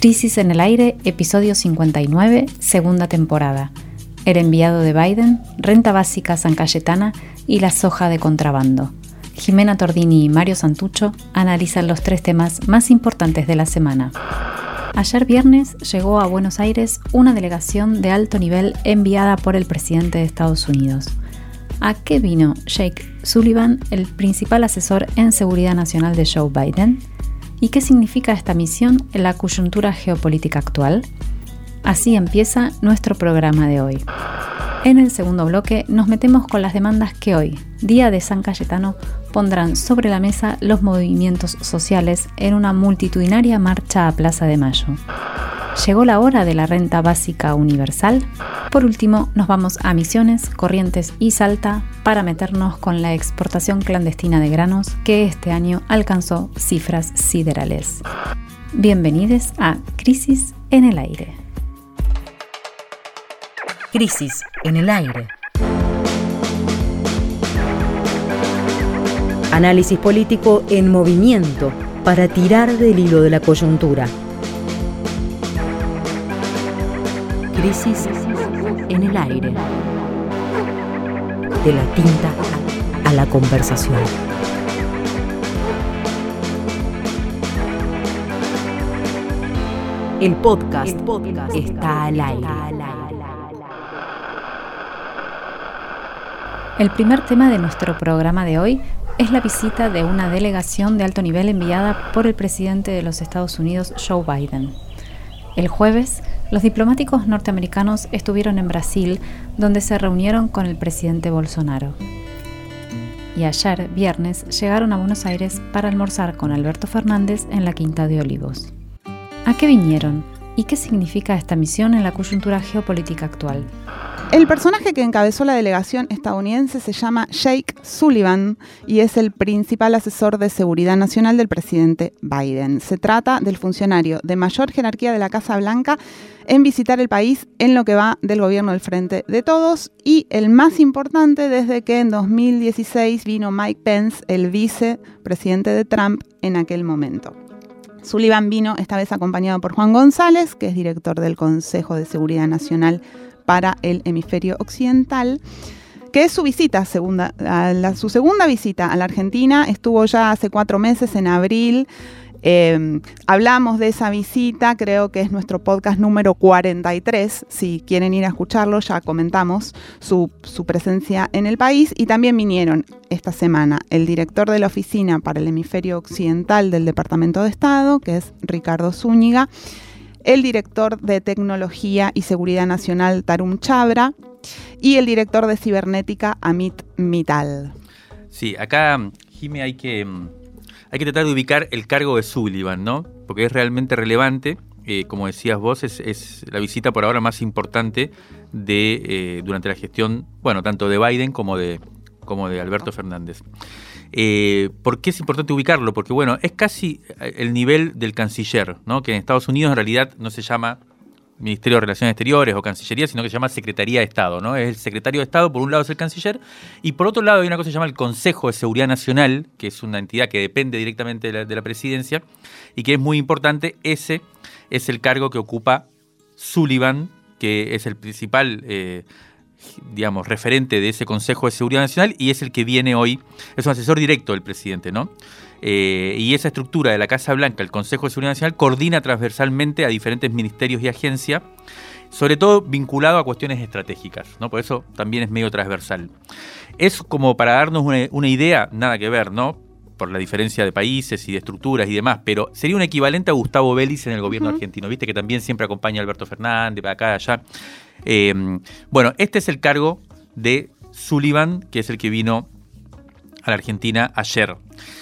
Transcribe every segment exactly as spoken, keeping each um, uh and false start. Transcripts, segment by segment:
Crisis en el aire, episodio cincuenta y nueve, segunda temporada. El enviado de Biden, renta básica San Cayetana y la soja de contrabando. Jimena Tordini y Mario Santucho analizan los tres temas más importantes de la semana. Ayer viernes llegó a Buenos Aires una delegación de alto nivel enviada por el presidente de Estados Unidos. ¿A qué vino Jake Sullivan, el principal asesor en seguridad nacional de Joe Biden? ¿Y qué significa esta misión en la coyuntura geopolítica actual? Así empieza nuestro programa de hoy. En el segundo bloque nos metemos con las demandas que hoy, Día de San Cayetano, pondrán sobre la mesa los movimientos sociales en una multitudinaria marcha a Plaza de Mayo. ¿Llegó la hora de la renta básica universal? Por último, nos vamos a Misiones, Corrientes y Salta para meternos con la exportación clandestina de granos que este año alcanzó cifras siderales. Bienvenidos a Crisis en el aire. Crisis en el aire. Análisis político en movimiento para tirar del hilo de la coyuntura. Crisis en el aire. De la tinta a la conversación. El podcast, El podcast está al aire. El primer tema de nuestro programa de hoy es la visita de una delegación de alto nivel enviada por el presidente de los Estados Unidos, Joe Biden. El jueves, los diplomáticos norteamericanos estuvieron en Brasil, donde se reunieron con el presidente Bolsonaro. Y ayer, viernes, llegaron a Buenos Aires para almorzar con Alberto Fernández en la Quinta de Olivos. ¿A qué vinieron? ¿Y qué significa esta misión en la coyuntura geopolítica actual? El personaje que encabezó la delegación estadounidense se llama Jake Sullivan y es el principal asesor de seguridad nacional del presidente Biden. Se trata del funcionario de mayor jerarquía de la Casa Blanca en visitar el país en lo que va del gobierno del Frente de Todos y el más importante desde que en dos mil dieciséis vino Mike Pence, el vicepresidente de Trump en aquel momento. Sullivan vino esta vez acompañado por Juan González, que es director del Consejo de Seguridad Nacional para el Hemisferio Occidental, que es su visita, segunda, a la, su segunda visita a la Argentina. Estuvo ya hace cuatro meses, en abril. Eh, hablamos de esa visita, creo que es nuestro podcast número cuarenta y tres. Si quieren ir a escucharlo, ya comentamos su, su presencia en el país. Y también vinieron esta semana el director de la Oficina para el Hemisferio Occidental del Departamento de Estado, que es Ricardo Zúñiga, el director de Tecnología y Seguridad Nacional, Tarun Chabra, y el director de Cibernética, Amit Mittal. Sí, acá, Jimé, hay que, hay que tratar de ubicar el cargo de Sullivan, ¿no? Porque es realmente relevante. Eh, como decías vos, es, es la visita por ahora más importante de eh, durante la gestión, bueno, tanto de Biden como de, como de Alberto Fernández. Eh, ¿Por qué es importante ubicarlo? Porque, bueno, es casi el nivel del canciller, ¿no? Que en Estados Unidos en realidad no se llama Ministerio de Relaciones Exteriores o Cancillería, sino que se llama Secretaría de Estado, ¿no? Es el secretario de Estado, por un lado es el canciller, y por otro lado hay una cosa que se llama el Consejo de Seguridad Nacional, que es una entidad que depende directamente de la, de la presidencia, y que es muy importante. Ese es el cargo que ocupa Sullivan, que es el principal eh, digamos, referente de ese Consejo de Seguridad Nacional y es el que viene hoy, es un asesor directo del presidente, ¿no? Eh, y esa estructura de la Casa Blanca, el Consejo de Seguridad Nacional, coordina transversalmente a diferentes ministerios y agencias, sobre todo vinculado a cuestiones estratégicas, ¿no? Por eso también es medio transversal. Es como para darnos una, una idea, nada que ver, ¿no? Por la diferencia de países y de estructuras y demás, pero sería un equivalente a Gustavo Vélez en el gobierno uh-huh. argentino, ¿viste? Que también siempre acompaña a Alberto Fernández, acá, allá. Eh, bueno, este es el cargo de Sullivan, que es el que vino a la Argentina ayer.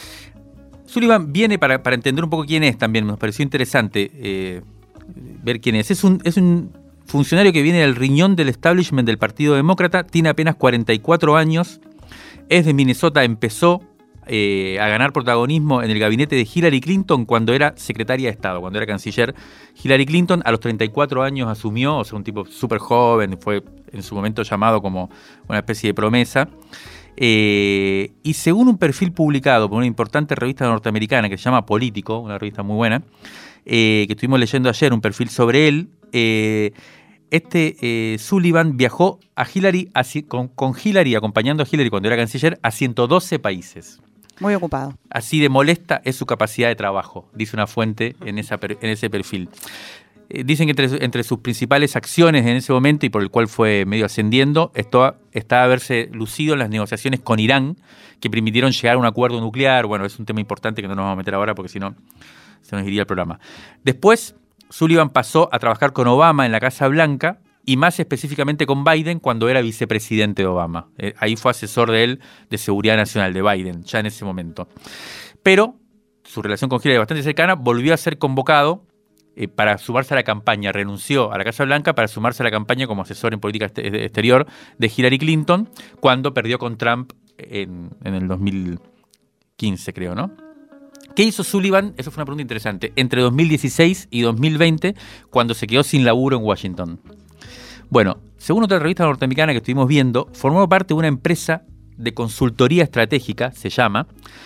Sullivan viene para, para entender un poco quién es también, nos pareció interesante eh, ver quién es. Es un, es un funcionario que viene del riñón del establishment del Partido Demócrata, tiene apenas cuarenta y cuatro años, es de Minnesota, empezó Eh, a ganar protagonismo en el gabinete de Hillary Clinton cuando era secretaria de Estado, cuando era canciller. Hillary Clinton a los treinta y cuatro años asumió, o sea, un tipo súper joven, fue en su momento llamado como una especie de promesa. Eh, y según un perfil publicado por una importante revista norteamericana que se llama Político, una revista muy buena, eh, que estuvimos leyendo ayer, un perfil sobre él, eh, este eh, Sullivan viajó a Hillary, a, con, con Hillary, acompañando a Hillary cuando era canciller, a ciento doce países. Muy ocupado. Así de molesta es su capacidad de trabajo, dice una fuente en, esa, en ese perfil. Eh, dicen que entre, entre sus principales acciones en ese momento y por el cual fue medio ascendiendo, esto, está haberse lucido en las negociaciones con Irán que permitieron llegar a un acuerdo nuclear. Bueno, es un tema importante que no nos vamos a meter ahora porque si no se nos iría el programa. Después, Sullivan pasó a trabajar con Obama en la Casa Blanca y más específicamente con Biden cuando era vicepresidente de Obama. Eh, ahí fue asesor de él de seguridad nacional de Biden, ya en ese momento. Pero su relación con Hillary bastante cercana, volvió a ser convocado eh, para sumarse a la campaña, renunció a la Casa Blanca para sumarse a la campaña como asesor en política este, exterior de Hillary Clinton cuando perdió con Trump en, en el dos mil quince, creo, ¿no? ¿Qué hizo Sullivan? Eso fue una pregunta interesante. Entre dos mil dieciséis y dos mil veinte, cuando se quedó sin laburo en Washington. Bueno, según otra revista norteamericana que estuvimos viendo, formó parte de una empresa de consultoría estratégica, se llama,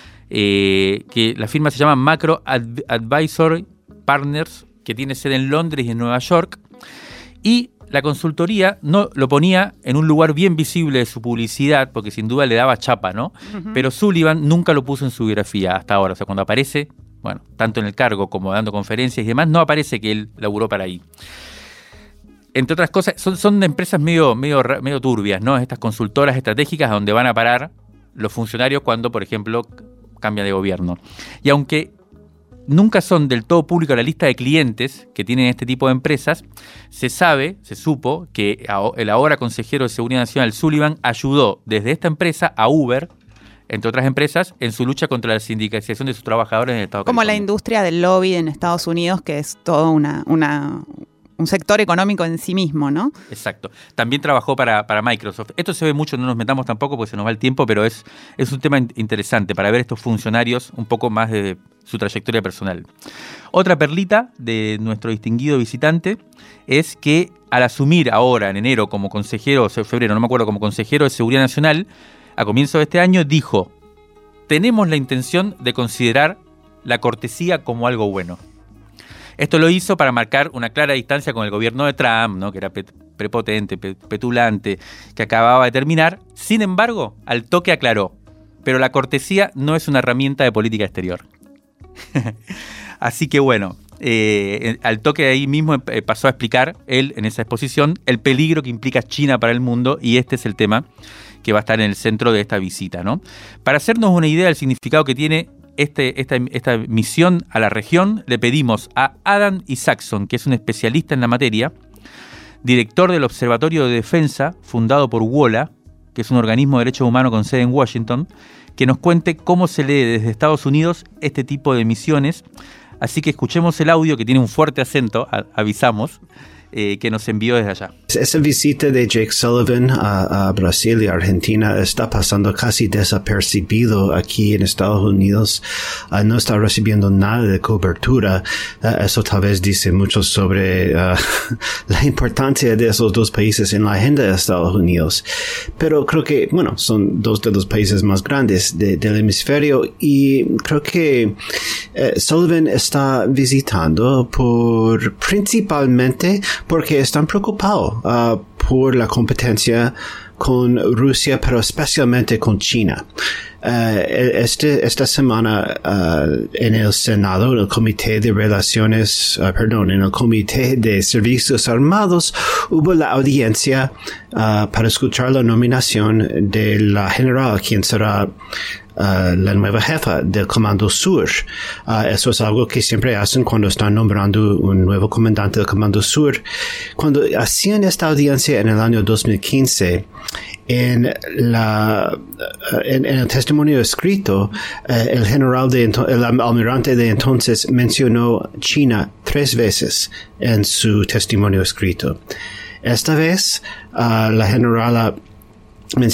eh, que la firma se llama Macro Advisory Partners, que tiene sede en Londres y en Nueva York, y la consultoría no lo ponía en un lugar bien visible de su publicidad, porque sin duda le daba chapa, ¿no? Uh-huh. Pero Sullivan nunca lo puso en su biografía hasta ahora. O sea, cuando aparece, bueno, tanto en el cargo como dando conferencias y demás, no aparece que él laburó para ahí. Entre otras cosas, son, son empresas medio, medio, medio turbias, ¿no? Estas consultoras estratégicas donde van a parar los funcionarios cuando, por ejemplo, cambian de gobierno. Y aunque nunca son del todo pública la lista de clientes que tienen este tipo de empresas, se sabe, se supo, que el ahora consejero de Seguridad Nacional, Sullivan, ayudó desde esta empresa a Uber, entre otras empresas, en su lucha contra la sindicalización de sus trabajadores en el Estado de Como California. La industria del lobby en Estados Unidos, que es todo una, una, un sector económico en sí mismo, ¿no? Exacto. También trabajó para, para Microsoft. Esto se ve mucho, no nos metamos tampoco porque se nos va el tiempo, pero es, es un tema interesante para ver estos funcionarios un poco más de su trayectoria personal. Otra perlita de nuestro distinguido visitante es que al asumir ahora en enero como consejero, o sea, febrero, no me acuerdo, como consejero de Seguridad Nacional, a comienzo de este año dijo: tenemos la intención de considerar la cortesía como algo bueno. Esto lo hizo para marcar una clara distancia con el gobierno de Trump, ¿no? Que era prepotente, petulante, que acababa de terminar. Sin embargo, al toque aclaró: pero la cortesía no es una herramienta de política exterior. Así que bueno, eh, al toque de ahí mismo eh, pasó a explicar él en esa exposición el peligro que implica China para el mundo, y este es el tema que va a estar en el centro de esta visita, ¿no? Para hacernos una idea del significado que tiene este, esta, esta misión a la región, le pedimos a Adam Isaacson, que es un especialista en la materia, director del Observatorio de Defensa, fundado por WOLA, que es un organismo de derechos humanos con sede en Washington, que nos cuente cómo se lee desde Estados Unidos este tipo de misiones. Así que escuchemos el audio, que tiene un fuerte acento, avisamos, eh, que nos envió desde allá. Esa visita de Jake Sullivan a, a Brasil y Argentina está pasando casi desapercibido aquí en Estados Unidos. Uh, no está recibiendo nada de cobertura. Uh, eso tal vez dice mucho sobre uh, la importancia de esos dos países en la agenda de Estados Unidos. Pero creo que, bueno, son dos de los países más grandes de, del hemisferio, y creo que uh, Sullivan está visitando por principalmente porque están preocupados uh, por la competencia con Rusia, pero especialmente con China. Uh, este, esta semana uh, en el Senado, en el Comité de Relaciones, uh, perdón, en el Comité de Servicios Armados, hubo la audiencia uh, para escuchar la nominación de la general, quien será Uh, la nueva jefa del Comando Sur. Uh, eso es algo que siempre hacen cuando están nombrando un nuevo comandante del Comando Sur. Cuando hacían esta audiencia en el año dos mil quince, en la uh, en, en el testimonio escrito, uh, el general de el almirante de entonces mencionó China tres veces en su testimonio escrito. Esta vez uh, la generala menciona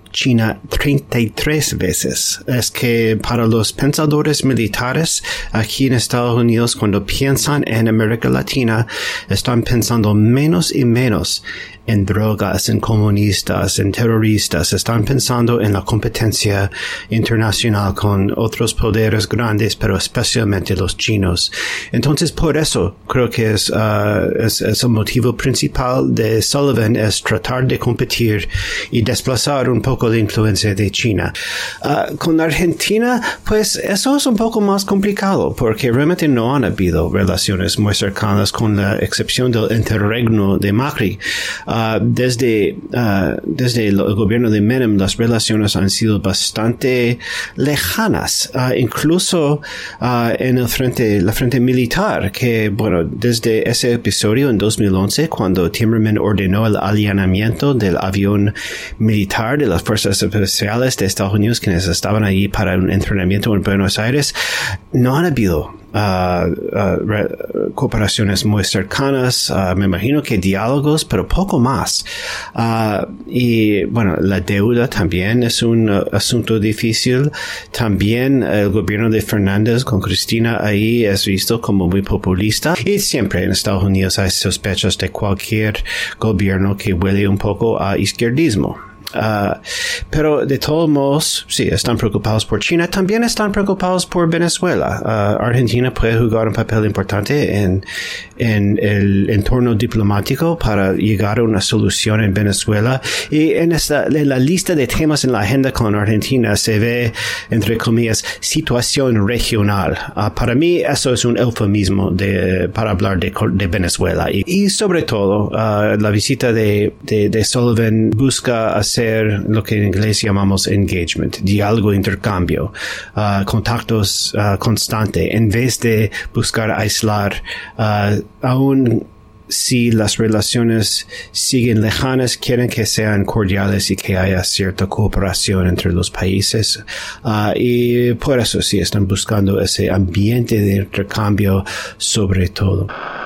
China treinta y tres veces. Es que para los pensadores militares aquí en Estados Unidos, cuando piensan en América Latina, están pensando menos y menos en drogas, en comunistas, en terroristas. Están pensando en la competencia internacional con otros poderes grandes, pero especialmente los chinos. Entonces, por eso creo que es, uh, es, es el motivo principal de Sullivan, es tratar de competir y desplazar un poco la influencia de China. Uh, con Argentina, pues eso es un poco más complicado, porque realmente no han habido relaciones muy cercanas, con la excepción del interregno de Macri. Uh, desde, uh, desde el gobierno de Menem, las relaciones han sido bastante lejanas, uh, incluso uh, en el frente, la frente militar, que, bueno, desde ese episodio en dos mil once, cuando Timerman ordenó el allanamiento del avión militar de las Fuerzas Especiales de Estados Unidos, quienes estaban allí para un entrenamiento en Buenos Aires, no han habido Uh, uh, re, cooperaciones muy cercanas, uh, me imagino que diálogos, pero poco más. Uh, y bueno, la deuda también es un uh, asunto difícil. También el gobierno de Fernández con Cristina ahí es visto como muy populista. Y siempre en Estados Unidos hay sospechas de cualquier gobierno que huele un poco a izquierdismo. Uh, pero de todos modos, sí, están preocupados por China, también están preocupados por Venezuela. Uh, Argentina puede jugar un papel importante en, en el entorno diplomático para llegar a una solución en Venezuela. Y en, esta, en la lista de temas en la agenda con Argentina se ve, entre comillas, situación regional. Uh, para mí eso es un eufemismo de, para hablar de, de Venezuela. Y, y sobre todo, uh, la visita de, de, de Sullivan busca hacer lo que en inglés llamamos engagement, diálogo, intercambio, uh, contactos uh, constante, en vez de buscar aislar, uh, aún si las relaciones siguen lejanas, quieren que sean cordiales y que haya cierta cooperación entre los países. Uh, y por eso sí están buscando ese ambiente de intercambio sobre todo.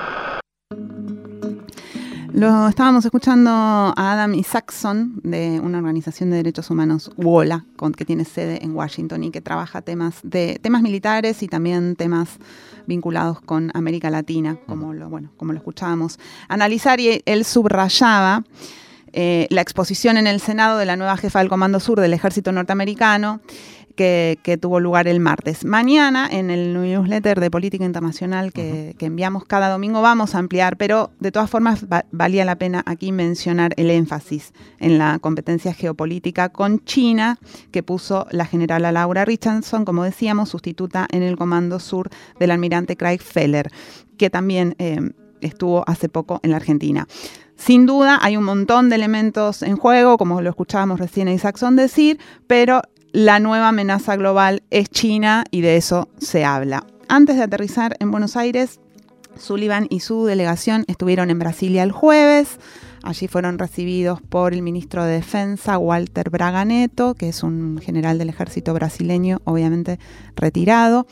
Lo estábamos escuchando a Adam Isaacson, de una organización de derechos humanos, WOLA, con, que tiene sede en Washington y que trabaja temas de temas militares y también temas vinculados con América Latina, como lo, bueno, como lo escuchábamos analizar. Y él subrayaba eh, la exposición en el Senado de la nueva jefa del Comando Sur del Ejército Norteamericano, Que, que tuvo lugar el martes. Mañana, en el newsletter de Política Internacional que, uh-huh. que enviamos cada domingo, vamos a ampliar, pero de todas formas va, valía la pena aquí mencionar el énfasis en la competencia geopolítica con China que puso la general Laura Richardson, como decíamos, sustituta en el Comando Sur del almirante Craig Feller, que también eh, estuvo hace poco en la Argentina. Sin duda hay un montón de elementos en juego, como lo escuchábamos recién a Isaacson decir, pero la nueva amenaza global es China y de eso se habla. Antes de aterrizar en Buenos Aires, Sullivan y su delegación estuvieron en Brasilia el jueves. Allí fueron recibidos por el ministro de Defensa, Walter Braga Neto, que es un general del ejército brasileño, obviamente retirado.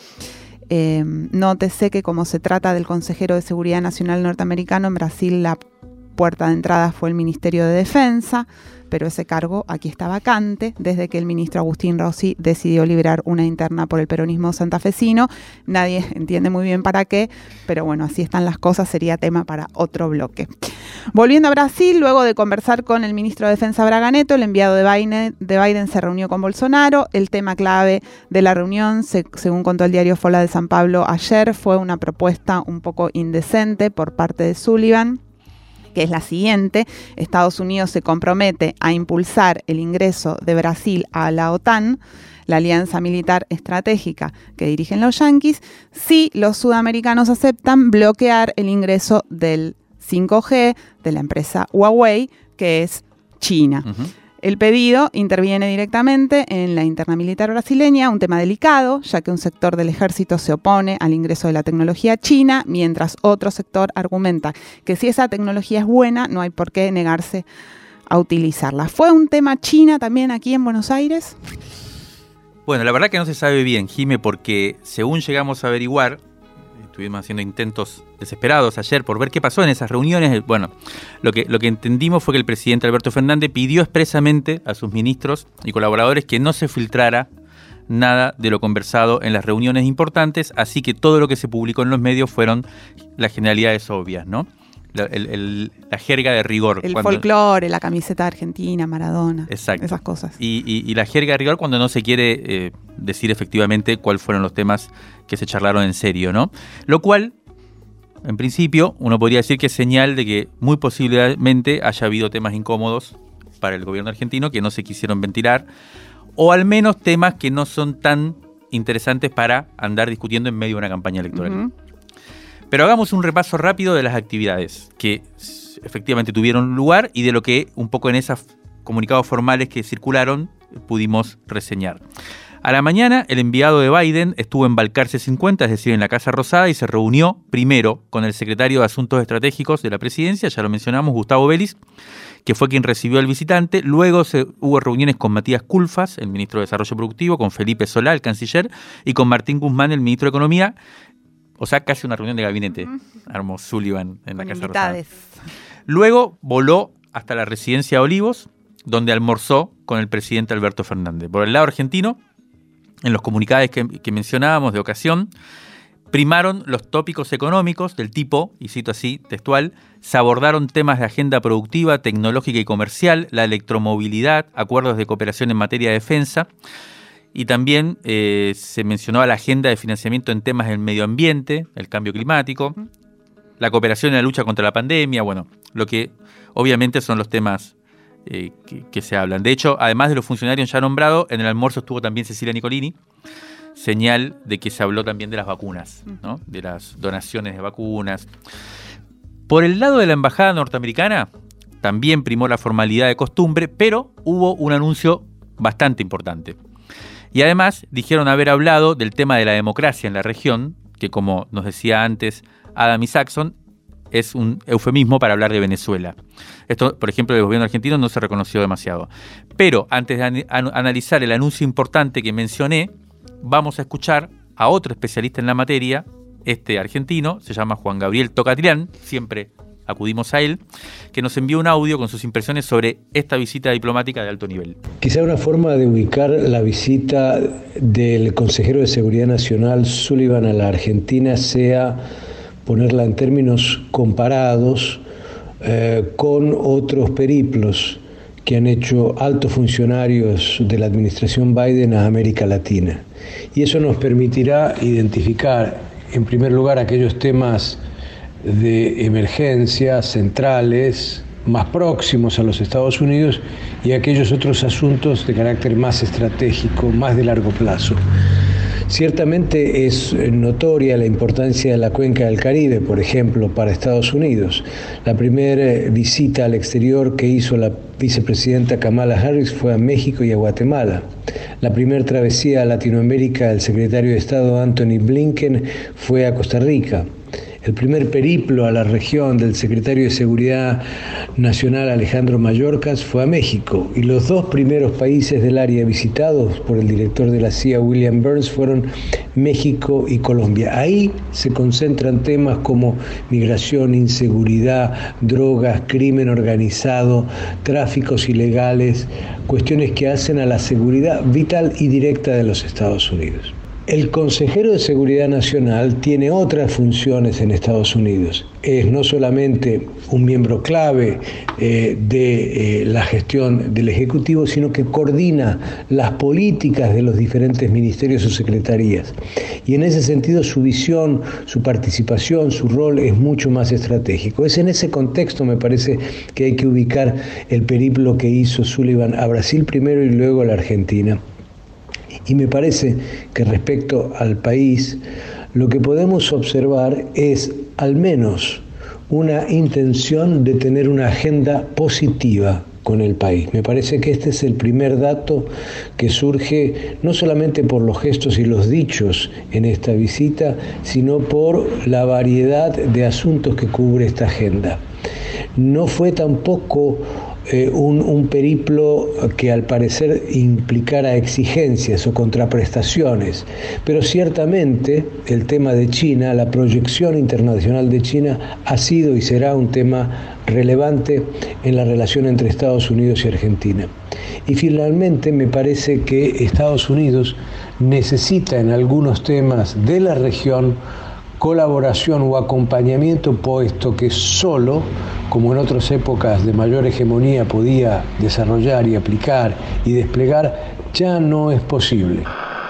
Eh, nótese que como se trata del consejero de Seguridad Nacional norteamericano, en Brasil la puerta de entrada fue el Ministerio de Defensa, pero ese cargo aquí está vacante desde que el ministro Agustín Rossi decidió liberar una interna por el peronismo santafesino. Nadie entiende muy bien para qué, pero bueno, así están las cosas, sería tema para otro bloque. Volviendo a Brasil, luego de conversar con el ministro de Defensa Braga Neto, el enviado de Biden, de Biden se reunió con Bolsonaro. El tema clave de la reunión, se, según contó el diario Folha de San Pablo ayer, fue una propuesta un poco indecente por parte de Sullivan, que es la siguiente. Estados Unidos se compromete a impulsar el ingreso de Brasil a la OTAN, la alianza militar estratégica que dirigen los yanquis, si los sudamericanos aceptan bloquear el ingreso del cinco G de la empresa Huawei, que es China. Uh-huh. El pedido interviene directamente en la interna militar brasileña, un tema delicado, ya que un sector del ejército se opone al ingreso de la tecnología china, mientras otro sector argumenta que si esa tecnología es buena, no hay por qué negarse a utilizarla. ¿Fue un tema China también aquí en Buenos Aires? Bueno, la verdad que no se sabe bien, Jime, porque según llegamos a averiguar, estuvimos haciendo intentos desesperados ayer por ver qué pasó en esas reuniones. Bueno, lo que, lo que entendimos fue que el presidente Alberto Fernández pidió expresamente a sus ministros y colaboradores que no se filtrara nada de lo conversado en las reuniones importantes, así que todo lo que se publicó en los medios fueron las generalidades obvias, ¿no? La, el, el, la jerga de rigor. El cuando... folclore, la camiseta argentina, Maradona. Exacto. Esas cosas. Y, y, y la jerga de rigor cuando no se quiere eh, decir efectivamente cuáles fueron los temas que se charlaron en serio, ¿no? Lo cual, en principio, uno podría decir que es señal de que muy posiblemente haya habido temas incómodos para el gobierno argentino que no se quisieron ventilar, o al menos temas que no son tan interesantes para andar discutiendo en medio de una campaña electoral. Uh-huh. Pero hagamos un repaso rápido de las actividades que efectivamente tuvieron lugar y de lo que un poco en esos comunicados formales que circularon pudimos reseñar. A la mañana, el enviado de Biden estuvo en Balcarce cincuenta, es decir, en la Casa Rosada, y se reunió primero con el secretario de Asuntos Estratégicos de la Presidencia, ya lo mencionamos, Gustavo Vélez, que fue quien recibió al visitante. Luego se, hubo reuniones con Matías Culfas, el ministro de Desarrollo Productivo, con Felipe Solá, el canciller, y con Martín Guzmán, el ministro de Economía. O sea, casi una reunión de gabinete, armó Sullivan en la Casa Rosada. Luego voló hasta la residencia de Olivos, donde almorzó con el presidente Alberto Fernández. Por el lado argentino, en los comunicados que, que mencionábamos de ocasión, primaron los tópicos económicos del tipo, y cito así, textual, se abordaron temas de agenda productiva, tecnológica y comercial, la electromovilidad, acuerdos de cooperación en materia de defensa, y también eh, se mencionó a la agenda de financiamiento en temas del medio ambiente, el cambio climático, la cooperación en la lucha contra la pandemia, bueno, lo que obviamente son los temas eh, que, que se hablan. De hecho, además de los funcionarios ya nombrados, en el almuerzo estuvo también Cecilia Nicolini, señal de que se habló también de las vacunas, ¿no? De las donaciones de vacunas. Por el lado de la embajada norteamericana, también primó la formalidad de costumbre, pero hubo un anuncio bastante importante. Y además dijeron haber hablado del tema de la democracia en la región, que como nos decía antes Adam Isakson, es un eufemismo para hablar de Venezuela. Esto, por ejemplo, del gobierno argentino no se reconoció demasiado. Pero antes de an- an- analizar el anuncio importante que mencioné, vamos a escuchar a otro especialista en la materia, este argentino, se llama Juan Gabriel Tocatrián, siempre acudimos a él, que nos envió un audio con sus impresiones sobre esta visita diplomática de alto nivel. Quizá una forma de ubicar la visita del consejero de Seguridad Nacional Sullivan a la Argentina sea ponerla en términos comparados eh, con otros periplos que han hecho altos funcionarios de la administración Biden a América Latina. Y eso nos permitirá identificar, en primer lugar, aquellos temas de emergencia centrales, más próximos a los Estados Unidos, y aquellos otros asuntos de carácter más estratégico, más de largo plazo. Ciertamente es notoria la importancia de la cuenca del Caribe, por ejemplo, para Estados Unidos. La primera visita al exterior que hizo la vicepresidenta Kamala Harris fue a México y a Guatemala. La primera travesía a Latinoamérica del secretario de Estado Anthony Blinken fue a Costa Rica. El primer periplo a la región del secretario de Seguridad Nacional Alejandro Mayorkas fue a México, y los dos primeros países del área visitados por el director de la C I A William Burns fueron México y Colombia. Ahí se concentran temas como migración, inseguridad, drogas, crimen organizado, tráficos ilegales, cuestiones que hacen a la seguridad vital y directa de los Estados Unidos. El consejero de Seguridad Nacional tiene otras funciones en Estados Unidos. Es no solamente un miembro clave eh, de eh, la gestión del Ejecutivo, sino que coordina las políticas de los diferentes ministerios o secretarías. Y en ese sentido su visión, su participación, su rol es mucho más estratégico. Es en ese contexto, me parece, que hay que ubicar el periplo que hizo Sullivan a Brasil primero y luego a la Argentina. Y me parece que respecto al país, lo que podemos observar es al menos una intención de tener una agenda positiva con el país. Me parece que este es el primer dato que surge no solamente por los gestos y los dichos en esta visita, sino por la variedad de asuntos que cubre esta agenda. No fue tampoco eh, un, un periplo que al parecer implicara exigencias o contraprestaciones, pero ciertamente el tema de China, la proyección internacional de China ha sido y será un tema relevante en la relación entre Estados Unidos y Argentina. Y finalmente me parece que Estados Unidos necesita en algunos temas de la región colaboración o acompañamiento, puesto que solo, como en otras épocas de mayor hegemonía podía desarrollar y aplicar y desplegar, ya no es posible.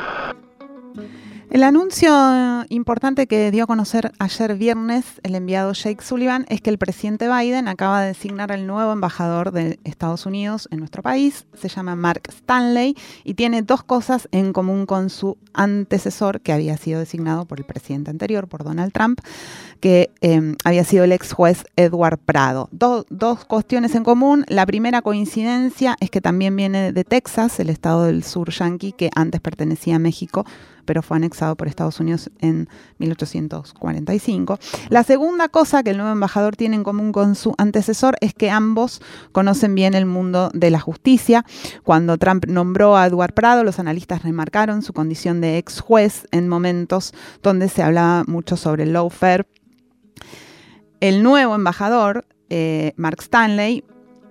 El anuncio importante que dio a conocer ayer viernes el enviado Jake Sullivan es que el presidente Biden acaba de designar al nuevo embajador de Estados Unidos en nuestro país. Se llama Mark Stanley y tiene dos cosas en común con su antecesor, que había sido designado por el presidente anterior, por Donald Trump, que eh, había sido el ex juez Edward Prado. Do, dos cuestiones en común. La primera coincidencia es que también viene de Texas, el estado del sur yanqui, que antes pertenecía a México, pero fue anexado por Estados Unidos en mil ochocientos cuarenta y cinco. La segunda cosa que el nuevo embajador tiene en común con su antecesor es que ambos conocen bien el mundo de la justicia. Cuando Trump nombró a Edward Prado, los analistas remarcaron su condición de ex juez en momentos donde se hablaba mucho sobre el lawfare. El nuevo embajador, eh, Mark Stanley,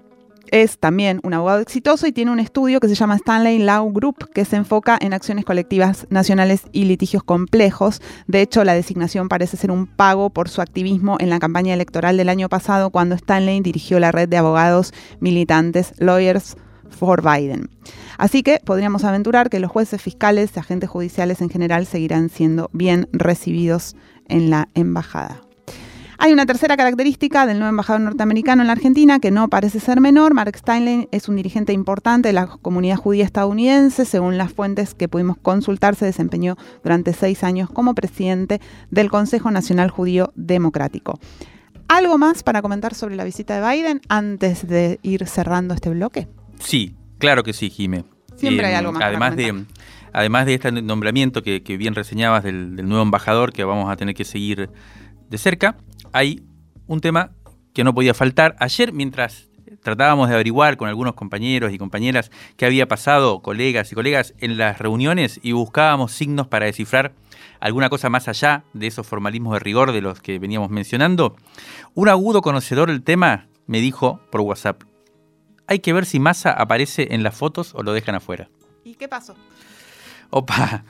es también un abogado exitoso y tiene un estudio que se llama Stanley Law Group, que se enfoca en acciones colectivas nacionales y litigios complejos. De hecho, la designación parece ser un pago por su activismo en la campaña electoral del año pasado, cuando Stanley dirigió la red de abogados militantes Lawyers for Biden. Así que podríamos aventurar que los jueces, fiscales y agentes judiciales en general seguirán siendo bien recibidos en la embajada. Hay una tercera característica del nuevo embajador norteamericano en la Argentina que no parece ser menor. Mark Stanley es un dirigente importante de la comunidad judía estadounidense. Según las fuentes que pudimos consultar, se desempeñó durante seis años como presidente del Consejo Nacional Judío Democrático. ¿Algo más para comentar sobre la visita de Biden antes de ir cerrando este bloque? Sí, claro que sí, Jimé. Siempre eh, hay algo más además para de Además de este nombramiento que, que bien reseñabas del, del nuevo embajador, que vamos a tener que seguir de cerca, hay un tema que no podía faltar. Ayer, mientras tratábamos de averiguar con algunos compañeros y compañeras qué había pasado, colegas y colegas, en las reuniones y buscábamos signos para descifrar alguna cosa más allá de esos formalismos de rigor de los que veníamos mencionando, un agudo conocedor del tema me dijo por WhatsApp: hay que ver si Massa aparece en las fotos o lo dejan afuera. ¿Y qué pasó? Opa.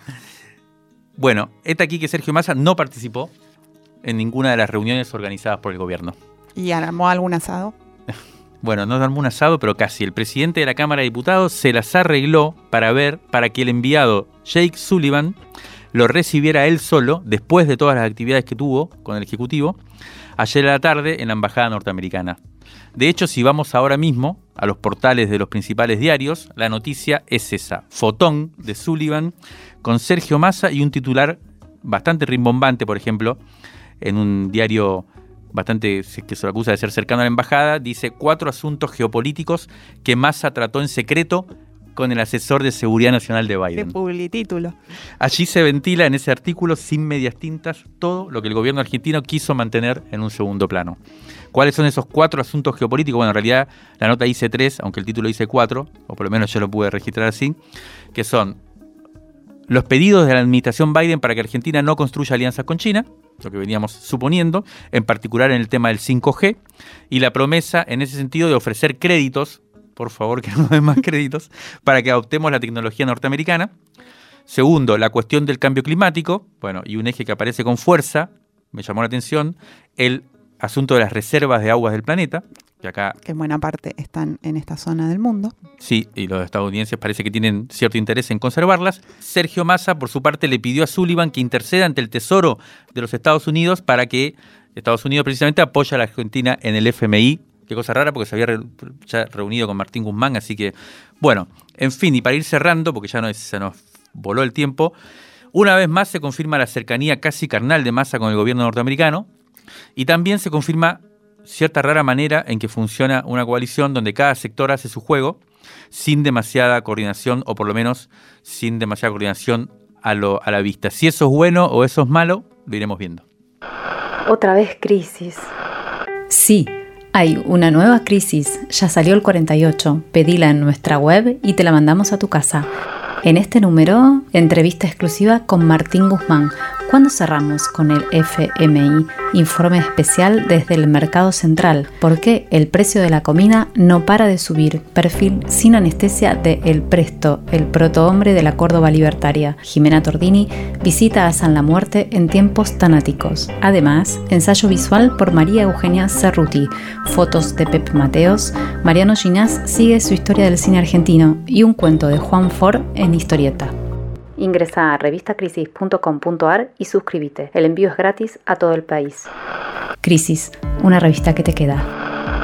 Bueno, está aquí que Sergio Massa no participó en ninguna de las reuniones organizadas por el gobierno. ¿Y armó algún asado? Bueno, no armó un asado, pero casi. El presidente de la Cámara de Diputados se las arregló para ver, para que el enviado Jake Sullivan lo recibiera él solo, después de todas las actividades que tuvo con el Ejecutivo, ayer a la tarde en la Embajada Norteamericana. De hecho, si vamos ahora mismo a los portales de los principales diarios, la noticia es esa: fotón de Sullivan con Sergio Massa y un titular bastante rimbombante, por ejemplo, en un diario bastante que se lo acusa de ser cercano a la embajada, dice: cuatro asuntos geopolíticos que Massa trató en secreto con el asesor de seguridad nacional de Biden. Qué publitítulo. Allí se ventila en ese artículo, sin medias tintas, todo lo que el gobierno argentino quiso mantener en un segundo plano. ¿Cuáles son esos cuatro asuntos geopolíticos? Bueno, en realidad la nota dice tres, aunque el título dice cuatro, o por lo menos yo lo pude registrar así, que son los pedidos de la administración Biden para que Argentina no construya alianzas con China, lo que veníamos suponiendo, en particular en el tema del cinco G, y la promesa en ese sentido de ofrecer créditos, por favor que no den más créditos, para que adoptemos la tecnología norteamericana. Segundo, la cuestión del cambio climático, bueno, y un eje que aparece con fuerza, me llamó la atención, el asunto de las reservas de aguas del planeta, que acá... que en buena parte están en esta zona del mundo. Sí, y los estadounidenses parece que tienen cierto interés en conservarlas. Sergio Massa, por su parte, le pidió a Sullivan que interceda ante el Tesoro de los Estados Unidos para que Estados Unidos precisamente apoye a la Argentina en el F M I. Qué cosa rara, porque se había re, ya reunido con Martín Guzmán, así que, bueno, en fin, y para ir cerrando, porque ya no es, se nos voló el tiempo, una vez más se confirma la cercanía casi carnal de Massa con el gobierno norteamericano, y también se confirma cierta rara manera en que funciona una coalición donde cada sector hace su juego sin demasiada coordinación, o por lo menos sin demasiada coordinación a, lo, a la vista. Si eso es bueno o eso es malo, lo iremos viendo. Otra vez crisis. Sí, Hay una nueva crisis, ya salió el cuarenta y ocho, pedila en nuestra web y te la mandamos a tu casa. En este número, entrevista exclusiva con Martín Guzmán. ¿Cuándo cerramos con el F M I? Informe especial desde el Mercado Central. ¿Por qué el precio de la comida no para de subir? Perfil sin anestesia de El Presto, el protohombre de la Córdoba libertaria. Jimena Tordini visita a San La Muerte en tiempos tanáticos. Además, ensayo visual por María Eugenia Cerruti. Fotos de Pepe Mateos. Mariano Ginás sigue su historia del cine argentino y un cuento de Juan Ford en historieta. Ingresa a revista crisis punto com punto a r y suscríbete. El envío es gratis a todo el país. Crisis, una revista que te queda.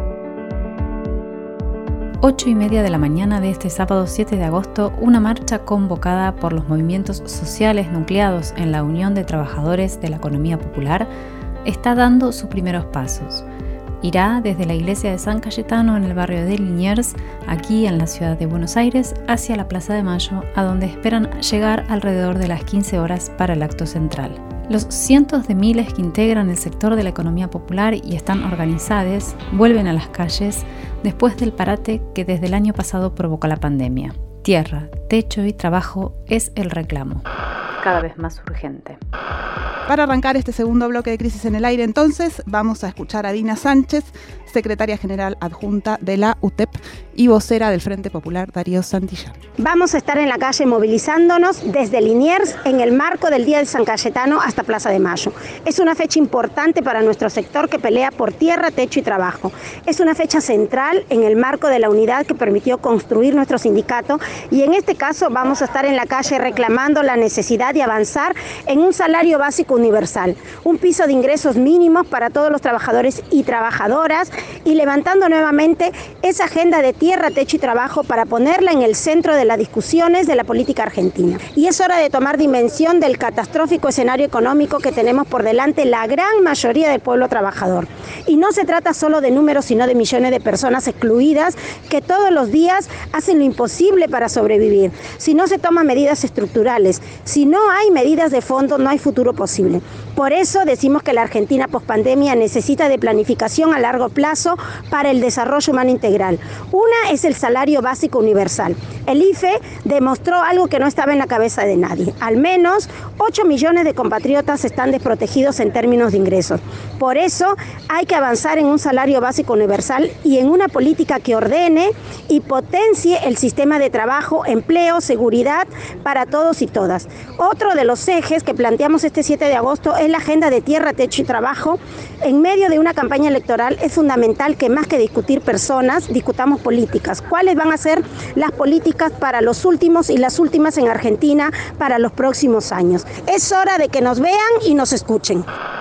Ocho y media de la mañana de este sábado siete de agosto, una marcha convocada por los movimientos sociales nucleados en la Unión de Trabajadores de la Economía Popular está dando sus primeros pasos. Irá desde la iglesia de San Cayetano en el barrio de Liniers, aquí en la ciudad de Buenos Aires, hacia la Plaza de Mayo, a donde esperan llegar alrededor de las quince horas para el acto central. Los cientos de miles que integran el sector de la economía popular y están organizados vuelven a las calles después del parate que desde el año pasado provocó la pandemia. Tierra, techo y trabajo es el reclamo, cada vez más urgente. Para arrancar este segundo bloque de Crisis en el Aire, entonces, vamos a escuchar a Dina Sánchez, secretaria general adjunta de la U T E P y vocera del Frente Popular Darío Santillán. Vamos a estar en la calle movilizándonos desde Liniers en el marco del Día de San Cayetano hasta Plaza de Mayo. Es una fecha importante para nuestro sector que pelea por tierra, techo y trabajo. Es una fecha central en el marco de la unidad que permitió construir nuestro sindicato y en este caso vamos a estar en la calle reclamando la necesidad de avanzar en un salario básico universal, un piso de ingresos mínimos para todos los trabajadores y trabajadoras y levantando nuevamente esa agenda de tierra, techo y trabajo para ponerla en el centro de las discusiones de la política argentina. Y es hora de tomar dimensión del catastrófico escenario económico que tenemos por delante la gran mayoría del pueblo trabajador. Y no se trata solo de números, sino de millones de personas excluidas que todos los días hacen lo imposible para sobrevivir. Si no se toman medidas estructurales, si no hay medidas de fondo, no hay futuro posible. Por eso decimos que la Argentina pospandemia necesita de planificación a largo plazo para el desarrollo humano integral. Una es el salario básico universal. El I F E demostró algo que no estaba en la cabeza de nadie. Al menos ocho millones de compatriotas están desprotegidos en términos de ingresos. Por eso hay que avanzar en un salario básico universal y en una política que ordene y potencie el sistema de trabajo, empleo, seguridad para todos y todas. Otro de los ejes que planteamos este siete de agosto es la agenda de tierra, techo y trabajo. En medio de una campaña electoral es fundamental que más que discutir personas, discutamos políticas. ¿Cuáles van a ser las políticas para los últimos y las últimas en Argentina para los próximos años? Es hora de que nos vean y nos escuchen.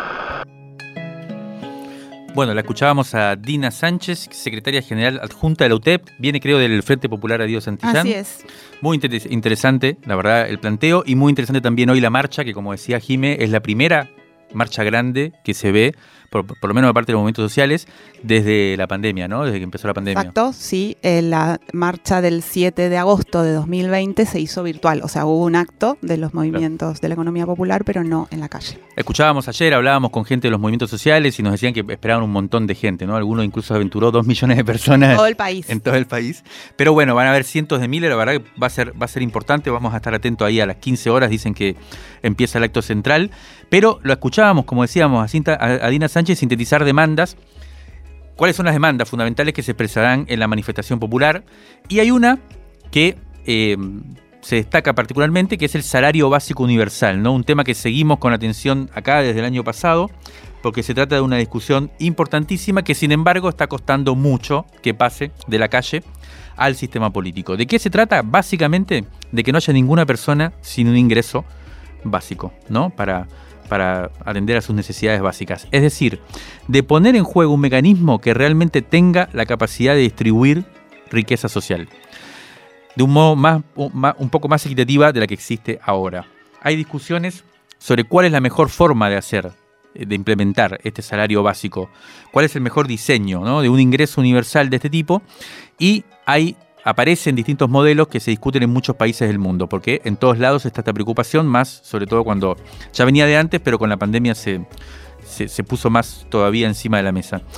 Bueno, la escuchábamos a Dina Sánchez, secretaria general adjunta de la U T E P, viene creo del Frente Popular Darío Santillán. Así es. Muy inter- interesante, la verdad, el planteo, y muy interesante también hoy la marcha, que como decía Jime, es la primera marcha grande que se ve, por, por lo menos de parte de los movimientos sociales, desde la pandemia, ¿no? Desde que empezó la pandemia. Exacto, sí. Eh, la marcha del siete de agosto de dos mil veinte se hizo virtual. O sea, hubo un acto de los movimientos claro. de la economía popular, pero no en la calle. Escuchábamos ayer, hablábamos con gente de los movimientos sociales y nos decían que esperaban un montón de gente, ¿no? Algunos incluso aventuró dos millones de personas. En todo el país. En todo el país. Pero bueno, van a haber cientos de miles, la verdad que va a ser, va a ser importante. Vamos a estar atentos ahí a las quince horas, dicen que empieza el acto central. Pero lo escuchábamos, como decíamos, a, Cinta, a, a Dina Sánchez sintetizar demandas. ¿Cuáles son las demandas fundamentales que se expresarán en la manifestación popular? Y hay una que eh, se destaca particularmente, que es el salario básico universal, ¿no? Un tema que seguimos con atención acá desde el año pasado, porque se trata de una discusión importantísima que, sin embargo, está costando mucho que pase de la calle al sistema político. ¿De qué se trata? Básicamente de que no haya ninguna persona sin un ingreso básico, ¿no? Para... para atender a sus necesidades básicas. Es decir, de poner en juego un mecanismo que realmente tenga la capacidad de distribuir riqueza social. De un modo más, un poco más equitativa de la que existe ahora. Hay discusiones sobre cuál es la mejor forma de hacer, de implementar este salario básico. Cuál es el mejor diseño, ¿no? De un ingreso universal de este tipo. Y hay aparecen distintos modelos que se discuten en muchos países del mundo, porque en todos lados está esta preocupación, más sobre todo cuando ya venía de antes, pero con la pandemia se, se, se puso más todavía encima de la mesa.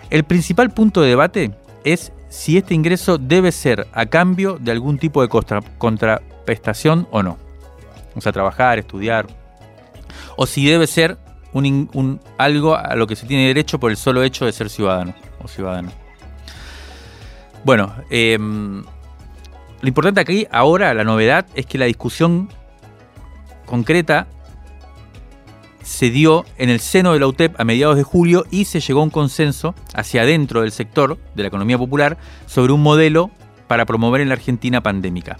El principal punto de debate es si este ingreso debe ser a cambio de algún tipo de contra, contraprestación o no. O sea, trabajar, estudiar. O si debe ser un, un, algo a lo que se tiene derecho por el solo hecho de ser ciudadano o ciudadana. Bueno, eh, lo importante aquí ahora, la novedad, es que la discusión concreta se dio en el seno de la U T E P a mediados de julio y se llegó a un consenso hacia adentro del sector de la economía popular sobre un modelo para promover en la Argentina pandémica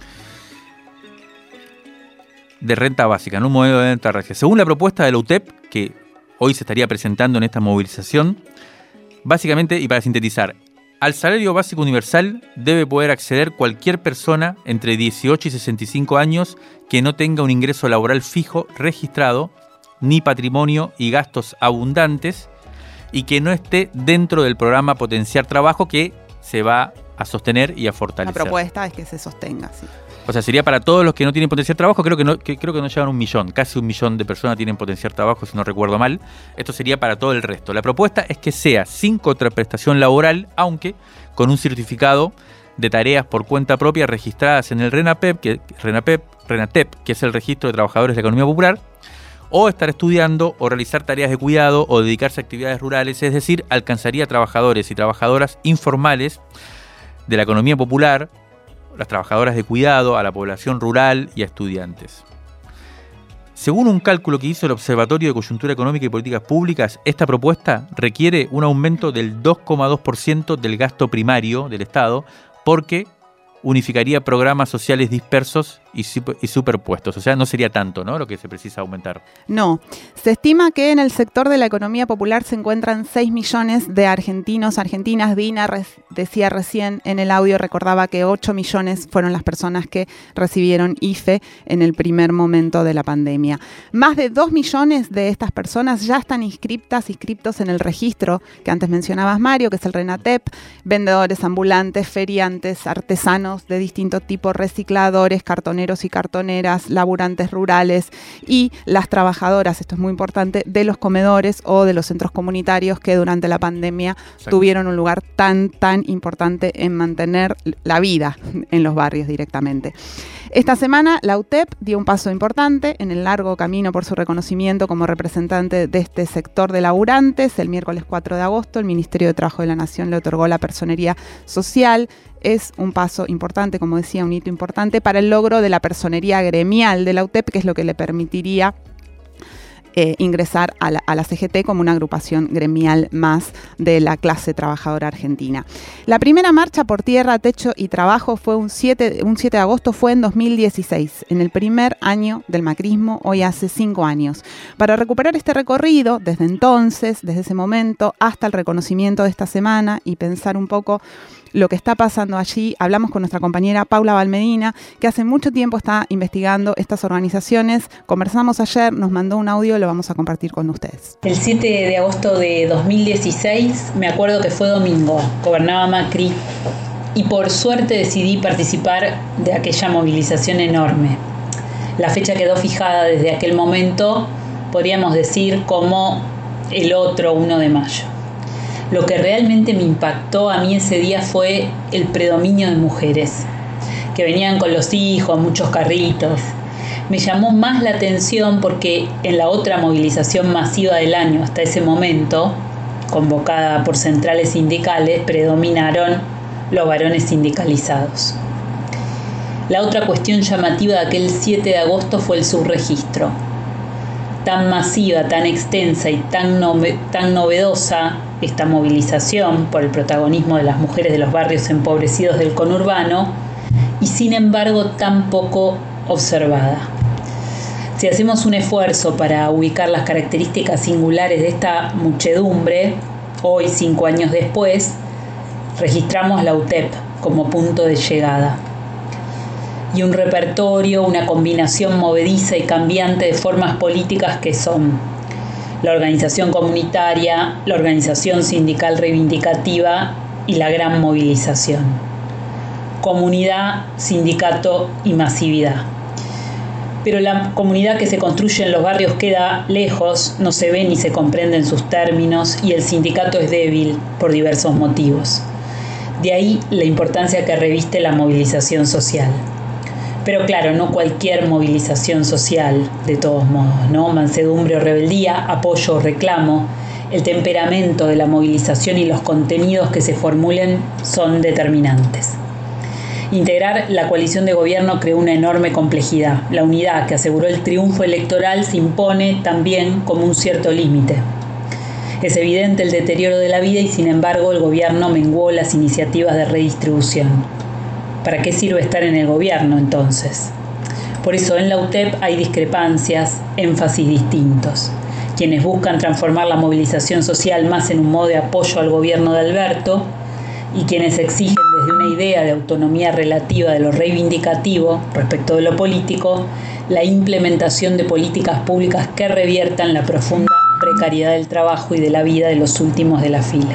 de renta básica, no un modelo de renta básica. Según la propuesta de la U T E P, que hoy se estaría presentando en esta movilización, básicamente, y para sintetizar, al salario básico universal debe poder acceder cualquier persona entre dieciocho y sesenta y cinco años que no tenga un ingreso laboral fijo registrado, ni patrimonio y gastos abundantes, y que no esté dentro del programa Potenciar Trabajo, que se va a sostener y a fortalecer. La propuesta es que se sostenga, sí. O sea, sería para todos los que no tienen Potenciar Trabajo. Creo que no, que, creo que no llegan a un millón. Casi un millón de personas tienen Potenciar Trabajo, si no recuerdo mal. Esto sería para todo el resto. La propuesta es que sea sin contraprestación laboral, aunque con un certificado de tareas por cuenta propia registradas en el RENAPEP, que, RENAPEP, RENATEP, que es el Registro de Trabajadores de la Economía Popular, o estar estudiando o realizar tareas de cuidado o dedicarse a actividades rurales, es decir, alcanzaría a trabajadores y trabajadoras informales de la economía popular, las trabajadoras de cuidado, a la población rural y a estudiantes. Según un cálculo que hizo el Observatorio de Coyuntura Económica y Políticas Públicas, esta propuesta requiere un aumento del dos coma dos por ciento del gasto primario del Estado, porque unificaría programas sociales dispersos y, super, y superpuestos. O sea, no sería tanto, ¿no?, lo que se precisa aumentar. No. Se estima que en el sector de la economía popular se encuentran seis millones de argentinos, argentinas. Dina res, decía recién en el audio, recordaba que ocho millones fueron las personas que recibieron I F E en el primer momento de la pandemia. Más de dos millones de estas personas ya están inscriptas, inscriptos en el registro que antes mencionabas, Mario, que es el RENATEP, vendedores ambulantes, feriantes, artesanos de distinto tipo, recicladores, cartoneros y cartoneras, laburantes rurales y las trabajadoras, esto es muy importante, de los comedores o de los centros comunitarios que durante la pandemia Exacto. tuvieron un lugar tan, tan importante en mantener la vida en los barrios directamente. Esta semana la U T E P dio un paso importante en el largo camino por su reconocimiento como representante de este sector de laburantes. El miércoles cuatro de agosto el Ministerio de Trabajo de la Nación le otorgó la personería social. Es un paso importante, como decía, un hito importante para el logro de la personería gremial de la U T E P, que es lo que le permitiría Eh, ingresar a la, a la C G T como una agrupación gremial más de la clase trabajadora argentina. La primera marcha por tierra, techo y trabajo fue un siete, un siete de agosto, fue en dos mil dieciséis, en el primer año del macrismo, hoy hace cinco años. Para recuperar este recorrido, desde entonces, desde ese momento, hasta el reconocimiento de esta semana y pensar un poco lo que está pasando allí, hablamos con nuestra compañera Paula Valmedina, que hace mucho tiempo está investigando estas organizaciones. Conversamos ayer, nos mandó un audio, lo vamos a compartir con ustedes. El siete de agosto de dos mil dieciséis, me acuerdo que fue domingo, gobernaba Macri, y por suerte decidí participar de aquella movilización enorme. La fecha quedó fijada desde aquel momento, podríamos decir, como el otro uno de mayo. Lo que realmente me impactó a mí ese día fue el predominio de mujeres, que venían con los hijos, muchos carritos. Me llamó más la atención porque en la otra movilización masiva del año hasta ese momento, convocada por centrales sindicales, predominaron los varones sindicalizados. La otra cuestión llamativa de aquel siete de agosto fue el subregistro. Tan masiva, tan extensa y tan, no, tan novedosa esta movilización por el protagonismo de las mujeres de los barrios empobrecidos del conurbano, y sin embargo tan poco observada. Si hacemos un esfuerzo para ubicar las características singulares de esta muchedumbre, hoy, cinco años después, registramos la U T E P como punto de llegada. Y un repertorio, una combinación movediza y cambiante de formas políticas que son la organización comunitaria, la organización sindical reivindicativa y la gran movilización. Comunidad, sindicato y masividad. pero la comunidad que se construye en los barrios queda lejos, no se ve ni se comprende en sus términos y el sindicato es débil por diversos motivos. De ahí la importancia que reviste la movilización social. Pero claro, no cualquier movilización social, de todos modos, ¿no? Mansedumbre o rebeldía, apoyo o reclamo, el temperamento de la movilización y los contenidos que se formulen son determinantes. Integrar la coalición de gobierno creó una enorme complejidad. La unidad que aseguró el triunfo electoral se impone también como un cierto límite. Es evidente el deterioro de la vida y sin embargo el gobierno menguó las iniciativas de redistribución. ¿Para qué sirve estar en el gobierno entonces? Por eso en la U T E P hay discrepancias, énfasis distintos. Quienes buscan transformar la movilización social más en un modo de apoyo al gobierno de Alberto y quienes exigen desde una idea de autonomía relativa de lo reivindicativo respecto de lo político, la implementación de políticas públicas que reviertan la profunda precariedad del trabajo y de la vida de los últimos de la fila.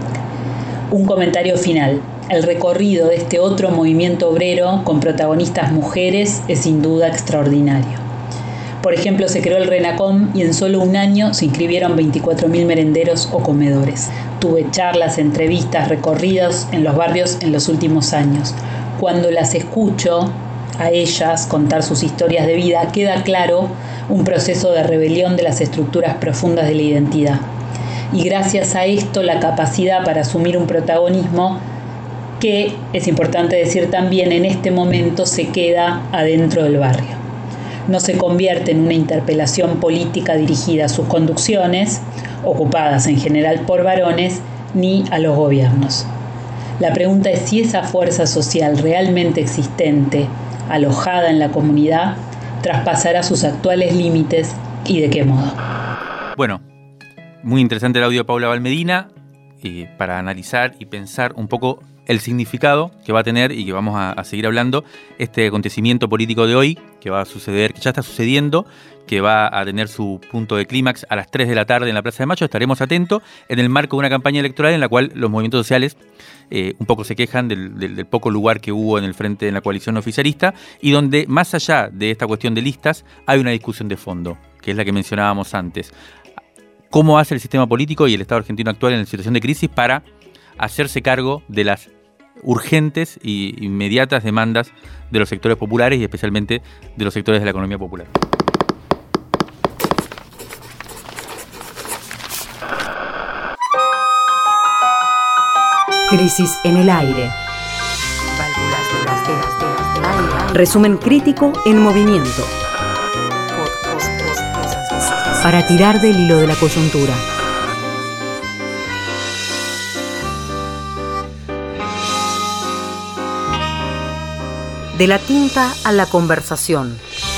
Un comentario final. El recorrido de este otro movimiento obrero con protagonistas mujeres es sin duda extraordinario. Por ejemplo, se creó el RENACOM y en solo un año se inscribieron veinticuatro mil merenderos o comedores. Tuve charlas, entrevistas, recorridos en los barrios en los últimos años. Cuando las escucho a ellas contar sus historias de vida, queda claro un proceso de rebelión de las estructuras profundas de la identidad. Y gracias a esto, la capacidad para asumir un protagonismo que, es importante decir también, en este momento se queda adentro del barrio. No se convierte en una interpelación política dirigida a sus conducciones, ocupadas en general por varones, ni a los gobiernos. La pregunta es si esa fuerza social realmente existente, alojada en la comunidad, traspasará sus actuales límites y de qué modo. Bueno, muy interesante el audio de Paula Valmedina eh, para analizar y pensar un poco el significado que va a tener y que vamos a, a seguir hablando este acontecimiento político de hoy, que va a suceder, que ya está sucediendo, que va a tener su punto de clímax a las tres de la tarde en la Plaza de Mayo. Estaremos atentos en el marco de una campaña electoral en la cual los movimientos sociales eh, un poco se quejan del, del, del poco lugar que hubo en el frente de la coalición oficialista y donde, más allá de esta cuestión de listas, hay una discusión de fondo, que es la que mencionábamos antes. ¿Cómo hace el sistema político y el Estado argentino actual en la situación de crisis para hacerse cargo de las urgentes e inmediatas demandas de los sectores populares y especialmente de los sectores de la economía popular? Crisis en el aire. Resumen crítico en movimiento. Para tirar del hilo de la coyuntura. De la tinta a la conversación.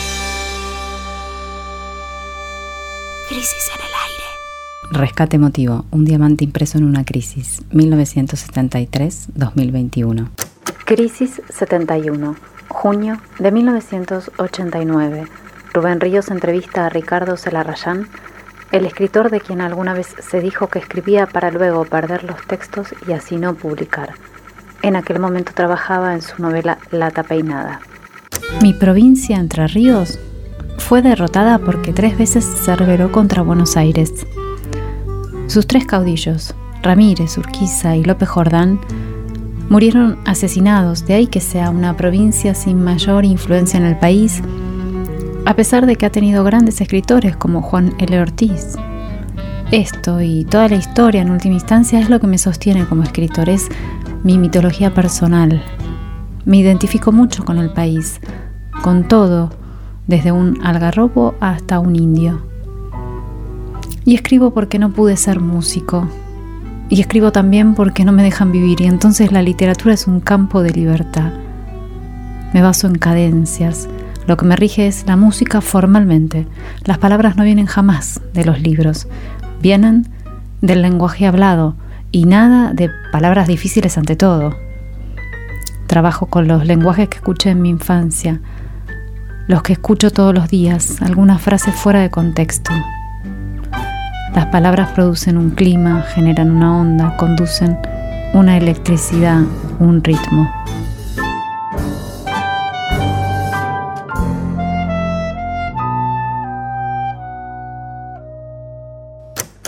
Crisis en el aire. Rescate emotivo, un diamante impreso en una crisis, mil novecientos setenta y tres a dos mil veintiuno. Crisis setenta y uno, junio de mil novecientos ochenta y nueve. Rubén Ríos entrevista a Ricardo Celarrayán, el escritor de quien alguna vez se dijo que escribía para luego perder los textos y así no publicar. En aquel momento trabajaba en su novela Lata Peinada. Mi provincia, Entre Ríos, fue derrotada porque tres veces se rebeló contra Buenos Aires. Sus tres caudillos, Ramírez, Urquiza y López Jordán, murieron asesinados, de ahí que sea una provincia sin mayor influencia en el país, a pesar de que ha tenido grandes escritores como Juan L. Ortiz. Esto y toda la historia en última instancia es lo que me sostiene como escritor, es mi mitología personal. Me identifico mucho con el país, con todo, desde un algarrobo hasta un indio. Y escribo porque no pude ser músico. Y escribo también porque no me dejan vivir, y entonces la literatura es un campo de libertad. Me baso en cadencias. Lo que me rige es la música formalmente. Las palabras no vienen jamás de los libros. Vienen del lenguaje hablado y nada de palabras difíciles ante todo. Trabajo con los lenguajes que escuché en mi infancia, los que escucho todos los días, algunas frases fuera de contexto. Las palabras producen un clima, generan una onda, conducen una electricidad, un ritmo.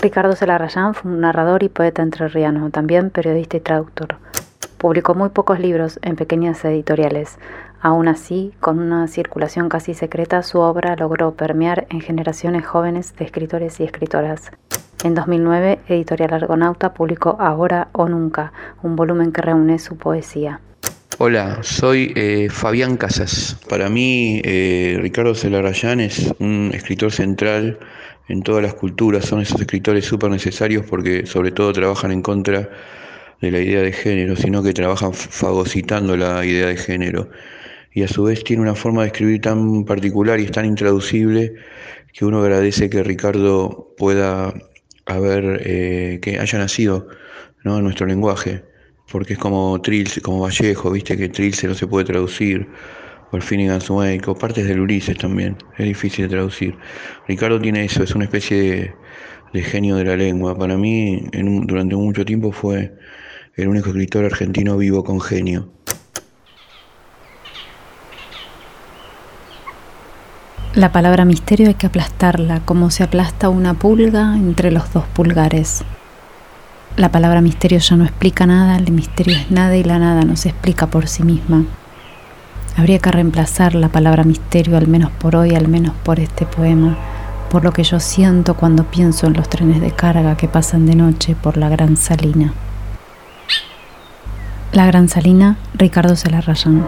Ricardo Celarrayán fue un narrador y poeta entrerriano, también periodista y traductor. Publicó muy pocos libros en pequeñas editoriales. Aún así, con una circulación casi secreta, su obra logró permear en generaciones jóvenes de escritores y escritoras. En dos mil nueve, Editorial Argonauta publicó Ahora o Nunca, un volumen que reúne su poesía. Hola, soy eh, Fabián Casas. Para mí, eh, Ricardo Celarrayán es un escritor central en todas las culturas. Son esos escritores súper necesarios porque sobre todo trabajan en contra de la idea de género, sino que trabajan fagocitando la idea de género. Y a su vez tiene una forma de escribir tan particular y es tan intraducible que uno agradece que Ricardo pueda haber, eh, que haya nacido, ¿no?, en nuestro lenguaje. Porque es como Trilce, como Vallejo, viste que Trilce no se puede traducir, o el Finnegan's Wake, o partes del Ulises también, es difícil de traducir. Ricardo tiene eso, es una especie de, de genio de la lengua. Para mí, en un, durante mucho tiempo fue el único escritor argentino vivo con genio. La palabra misterio hay que aplastarla, como se aplasta una pulga entre los dos pulgares. La palabra misterio ya no explica nada, el misterio es nada y la nada no se explica por sí misma. Habría que reemplazar la palabra misterio, al menos por hoy, al menos por este poema, por lo que yo siento cuando pienso en los trenes de carga que pasan de noche por la Gran Salina. La Gran Salina, Ricardo Celarrayán.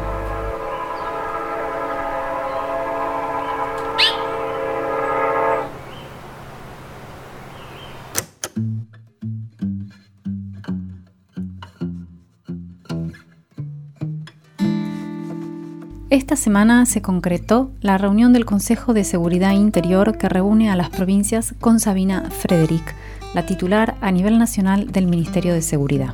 Esta semana se concretó la reunión del Consejo de Seguridad Interior que reúne a las provincias con Sabina Frederick, la titular a nivel nacional del Ministerio de Seguridad.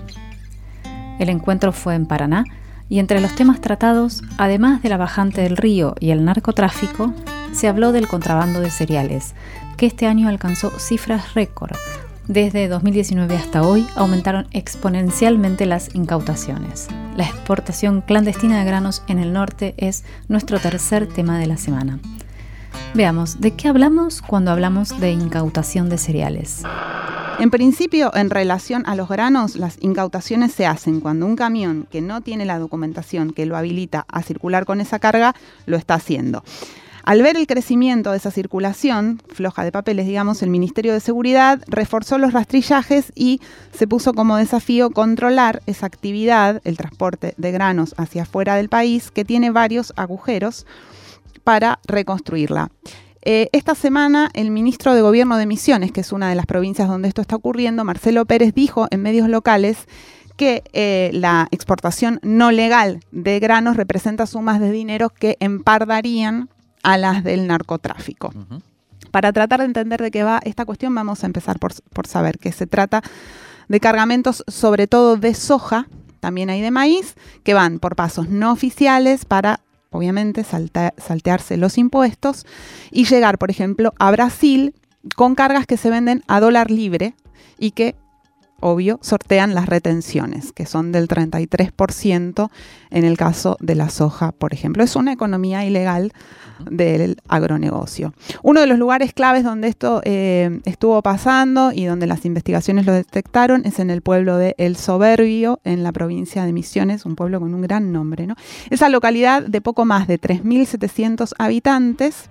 El encuentro fue en Paraná y entre los temas tratados, además de la bajante del río y el narcotráfico, se habló del contrabando de cereales, que este año alcanzó cifras récord. Desde dos mil diecinueve hasta hoy aumentaron exponencialmente las incautaciones. La exportación clandestina de granos en el norte es nuestro tercer tema de la semana. Veamos, ¿de qué hablamos cuando hablamos de incautación de cereales? En principio, en relación a los granos, las incautaciones se hacen cuando un camión que no tiene la documentación que lo habilita a circular con esa carga, lo está haciendo. Al ver el crecimiento de esa circulación, floja de papeles, digamos, el Ministerio de Seguridad reforzó los rastrillajes y se puso como desafío controlar esa actividad, el transporte de granos hacia afuera del país, que tiene varios agujeros para reconstruirla. Eh, esta semana el ministro de Gobierno de Misiones, que es una de las provincias donde esto está ocurriendo, Marcelo Pérez, dijo en medios locales que eh, la exportación no legal de granos representa sumas de dinero que empardarían a las del narcotráfico. Uh-huh. Para tratar de entender de qué va esta cuestión, vamos a empezar por, por saber que se trata de cargamentos sobre todo de soja, también hay de maíz, que van por pasos no oficiales para, obviamente, salta, saltearse los impuestos y llegar, por ejemplo, a Brasil con cargas que se venden a dólar libre y que, obvio, sortean las retenciones, que son del treinta y tres por ciento en el caso de la soja, por ejemplo. Es una economía ilegal del agronegocio. Uno de los lugares claves donde esto eh, estuvo pasando y donde las investigaciones lo detectaron es en el pueblo de El Soberbio, en la provincia de Misiones, un pueblo con un gran nombre, ¿no? Esa localidad de poco más de tres mil setecientos habitantes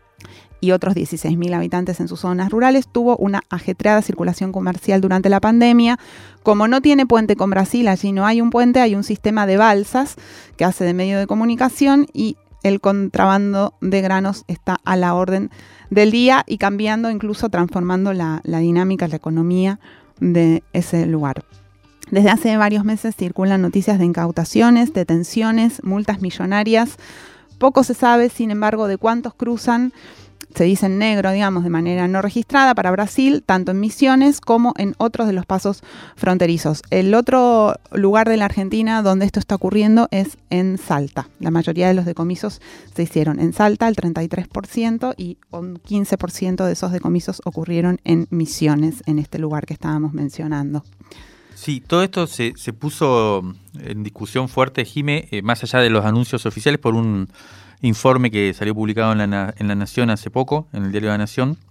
y otros dieciséis mil habitantes en sus zonas rurales, tuvo una ajetreada circulación comercial durante la pandemia. Como no tiene puente con Brasil, allí no hay un puente, hay un sistema de balsas que hace de medio de comunicación y el contrabando de granos está a la orden del día y cambiando, incluso transformando la, la dinámica, la economía de ese lugar. Desde hace varios meses circulan noticias de incautaciones, detenciones, multas millonarias. Poco se sabe, sin embargo, de cuántos cruzan, se dice en negro, digamos, de manera no registrada para Brasil, tanto en Misiones como en otros de los pasos fronterizos. El otro lugar de la Argentina donde esto está ocurriendo es en Salta. La mayoría de los decomisos se hicieron en Salta, el treinta y tres por ciento, y un quince por ciento de esos decomisos ocurrieron en Misiones, en este lugar que estábamos mencionando. Sí, todo esto se, se puso en discusión fuerte, Jime, eh, más allá de los anuncios oficiales, por un informe que salió publicado en la, en la Nación hace poco, en el diario de la Nación,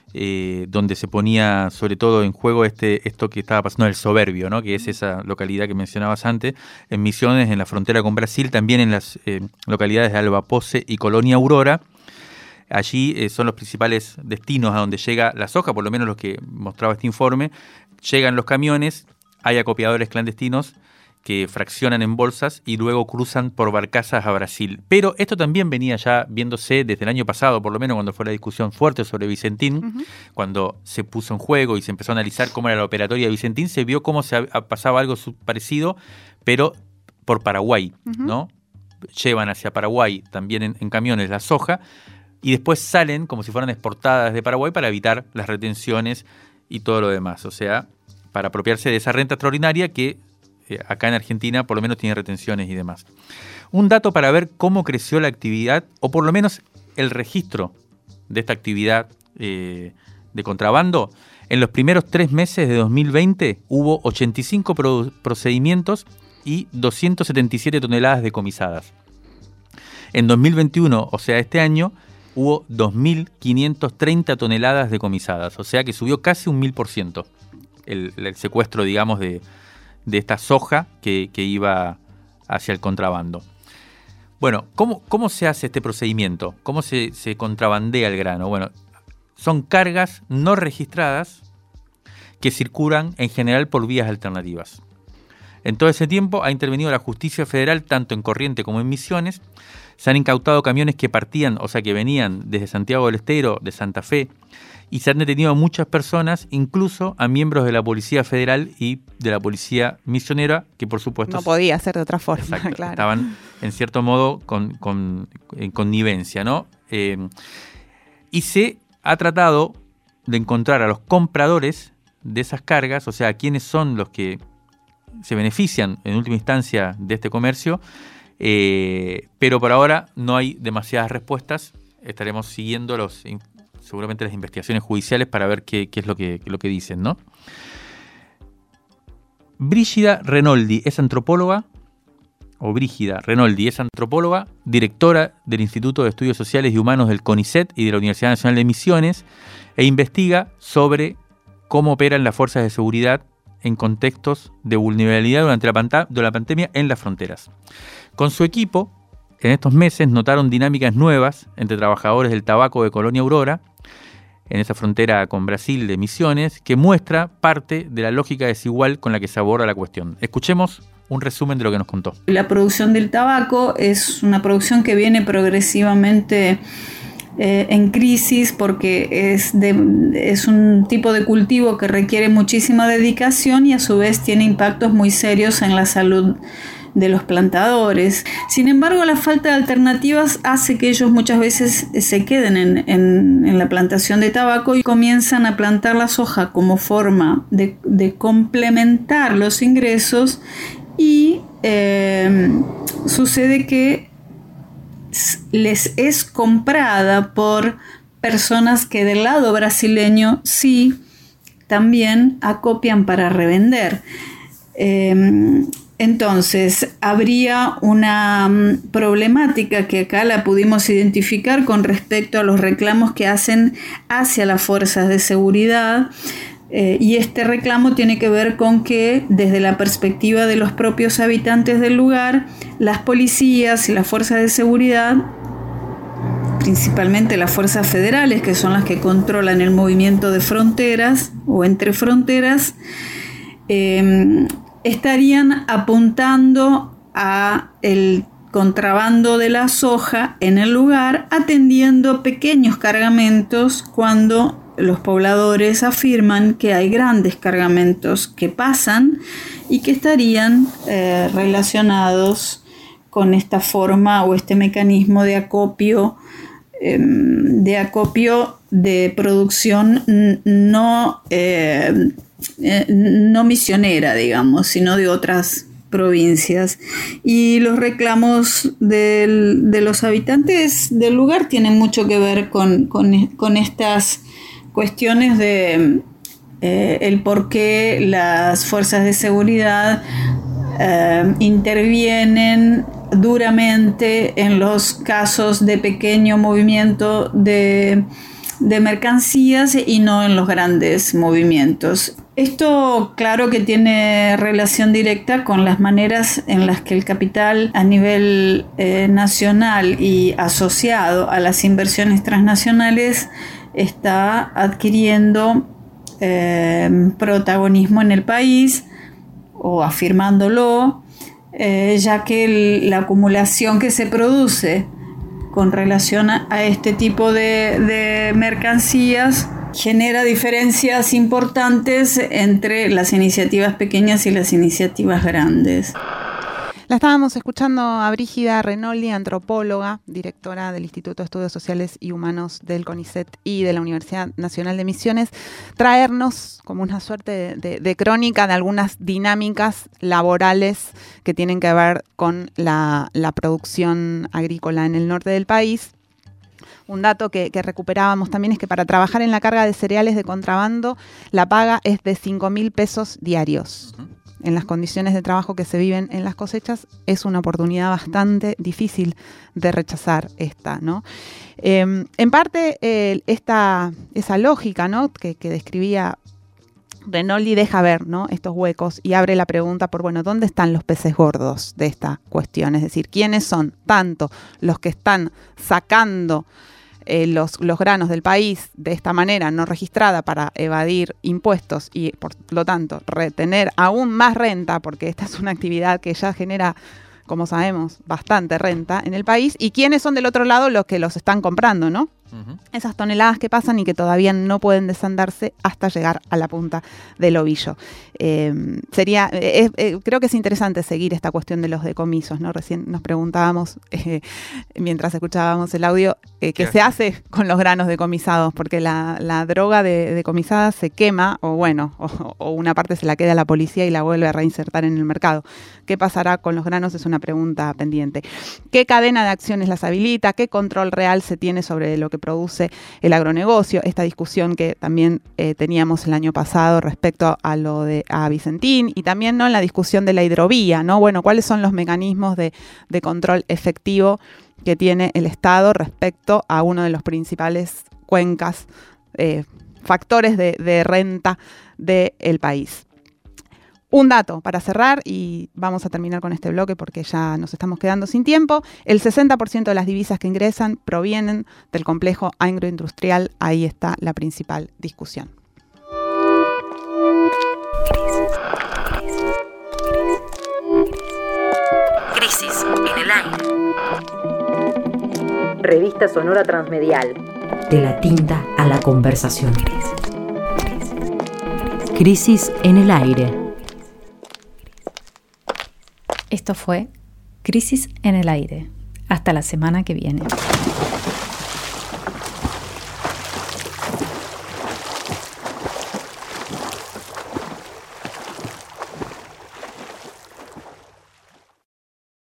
eh, donde se ponía sobre todo en juego este esto que estaba pasando, el Soberbio, ¿no? Que es esa localidad que mencionabas antes, en Misiones, en la frontera con Brasil, también en las eh, localidades de Albapoce y Colonia Aurora. Allí eh, son los principales destinos a donde llega la soja, por lo menos los que mostraba este informe. Llegan los camiones, hay acopiadores clandestinos que fraccionan en bolsas y luego cruzan por barcazas a Brasil. Pero esto también venía ya viéndose desde el año pasado, por lo menos cuando fue la discusión fuerte sobre Vicentín, uh-huh. cuando se puso en juego y se empezó a analizar cómo era la operatoria de Vicentín, se vio cómo se pasaba algo parecido, pero por Paraguay, uh-huh. ¿no? Llevan hacia Paraguay también en, en camiones la soja y después salen como si fueran exportadas de Paraguay para evitar las retenciones y todo lo demás. O sea, para apropiarse de esa renta extraordinaria que acá en Argentina por lo menos tiene retenciones y demás. Un dato para ver cómo creció la actividad, o por lo menos el registro de esta actividad eh, de contrabando. En los primeros tres meses de dos mil veinte hubo ochenta y cinco pro- procedimientos y doscientas setenta y siete toneladas decomisadas. En dos mil veintiuno, o sea este año, hubo dos mil quinientas treinta toneladas decomisadas, o sea que subió casi un mil por ciento el, el secuestro, digamos, de de esta soja que, que iba hacia el contrabando. Bueno, ¿cómo, cómo se hace este procedimiento? ¿Cómo se, se contrabandea el grano? Bueno, son cargas no registradas que circulan en general por vías alternativas. En todo ese tiempo ha intervenido la Justicia Federal tanto en Corrientes como en Misiones. Se han incautado camiones que partían, o sea que venían desde Santiago del Estero, de Santa Fe, y se han detenido a muchas personas, incluso a miembros de la Policía Federal y de la Policía Misionera, que por supuesto... No podía ser de otra forma, exacto, claro. Estaban, en cierto modo, con, con, en connivencia, ¿no? Eh, y se ha tratado de encontrar a los compradores de esas cargas, o sea, quiénes son los que se benefician en última instancia de este comercio, eh, pero por ahora no hay demasiadas respuestas. Estaremos siguiendo los... seguramente las investigaciones judiciales para ver qué, qué es lo que, lo que dicen, ¿no? Brígida Renoldi es antropóloga, o Brígida Renoldi es antropóloga, directora del Instituto de Estudios Sociales y Humanos del CONICET y de la Universidad Nacional de Misiones, e investiga sobre cómo operan las fuerzas de seguridad en contextos de vulnerabilidad durante la, panta- de la pandemia en las fronteras. Con su equipo, en estos meses notaron dinámicas nuevas entre trabajadores del tabaco de Colonia Aurora, en esa frontera con Brasil de Misiones, que muestra parte de la lógica desigual con la que se aborda la cuestión. Escuchemos un resumen de lo que nos contó. La producción del tabaco es una producción que viene progresivamente eh, en crisis porque es, de, es un tipo de cultivo que requiere muchísima dedicación y a su vez tiene impactos muy serios en la salud de los plantadores. Sin embargo, la falta de alternativas hace que ellos muchas veces se queden en, en, en la plantación de tabaco y comienzan a plantar la soja como forma de, de complementar los ingresos y eh, sucede que les es comprada por personas que del lado brasileño sí también acopian para revender. Eh, Entonces, habría una um, problemática que acá la pudimos identificar con respecto a los reclamos que hacen hacia las fuerzas de seguridad eh, y este reclamo tiene que ver con que desde la perspectiva de los propios habitantes del lugar, las policías y las fuerzas de seguridad, principalmente las fuerzas federales, que son las que controlan el movimiento de fronteras o entre fronteras, eh, estarían apuntando a el contrabando de la soja en el lugar, atendiendo pequeños cargamentos cuando los pobladores afirman que hay grandes cargamentos que pasan y que estarían eh, relacionados con esta forma o este mecanismo de acopio eh, de acopio de producción no eh, Eh, no misionera, digamos, sino de otras provincias. Y los reclamos del, de los habitantes del lugar tienen mucho que ver con, con, con estas cuestiones de eh, el por qué las fuerzas de seguridad eh, intervienen duramente en los casos de pequeño movimiento de de mercancías y no en los grandes movimientos. Esto, claro que tiene relación directa con las maneras en las que el capital a nivel eh, nacional y asociado a las inversiones transnacionales está adquiriendo eh, protagonismo en el país o afirmándolo, eh, ya que el, la acumulación que se produce con relación a, a este tipo de, de mercancías genera diferencias importantes entre las iniciativas pequeñas y las iniciativas grandes. La estábamos escuchando a Brígida Renoldi, antropóloga, directora del Instituto de Estudios Sociales y Humanos del CONICET y de la Universidad Nacional de Misiones, traernos como una suerte de, de, de crónica de algunas dinámicas laborales que tienen que ver con la, la producción agrícola en el norte del país. Un dato que, que recuperábamos también es que para trabajar en la carga de cereales de contrabando, la paga es de cinco mil pesos diarios. Uh-huh. En las condiciones de trabajo que se viven en las cosechas, es una oportunidad bastante difícil de rechazar esta, ¿no? Eh, en parte, eh, esta, esa lógica, ¿no?, que, que describía Renoldi deja ver, ¿no?, estos huecos y abre la pregunta por, bueno, ¿dónde están los peces gordos de esta cuestión? Es decir, ¿quiénes son tanto los que están sacando Eh, los, los granos del país de esta manera no registrada para evadir impuestos y por lo tanto retener aún más renta, porque esta es una actividad que ya genera, como sabemos, bastante renta en el país, y quiénes son del otro lado los que los están comprando, ¿no? Uh-huh. Esas toneladas que pasan y que todavía no pueden desandarse hasta llegar a la punta del ovillo. Eh, sería, eh, eh, creo que es interesante seguir esta cuestión de los decomisos, ¿no? Recién nos preguntábamos, eh, mientras escuchábamos el audio, eh, ¿qué se hace con los granos decomisados? Porque la, la droga de, decomisada se quema, o bueno, o, o una parte se la queda a la policía y la vuelve a reinsertar en el mercado. ¿Qué pasará con los granos? Es una pregunta pendiente. ¿Qué cadena de acciones las habilita? ¿Qué control real se tiene sobre lo que produce el agronegocio? Esta discusión que también eh, teníamos el año pasado respecto a lo de a Vicentín, y también, ¿no?, en la discusión de la hidrovía, ¿no? Bueno, ¿cuáles son los mecanismos de, de control efectivo que tiene el Estado respecto a uno de los principales cuencas, eh, factores de, de renta del país? Un dato para cerrar, y vamos a terminar con este bloque porque ya nos estamos quedando sin tiempo. El sesenta por ciento de las divisas que ingresan provienen del complejo agroindustrial. Ahí está la principal discusión. Crisis en el aire. Revista sonora transmedial. De la tinta a la conversación. Crisis en el aire. Esto fue Crisis en el aire. Hasta la semana que viene.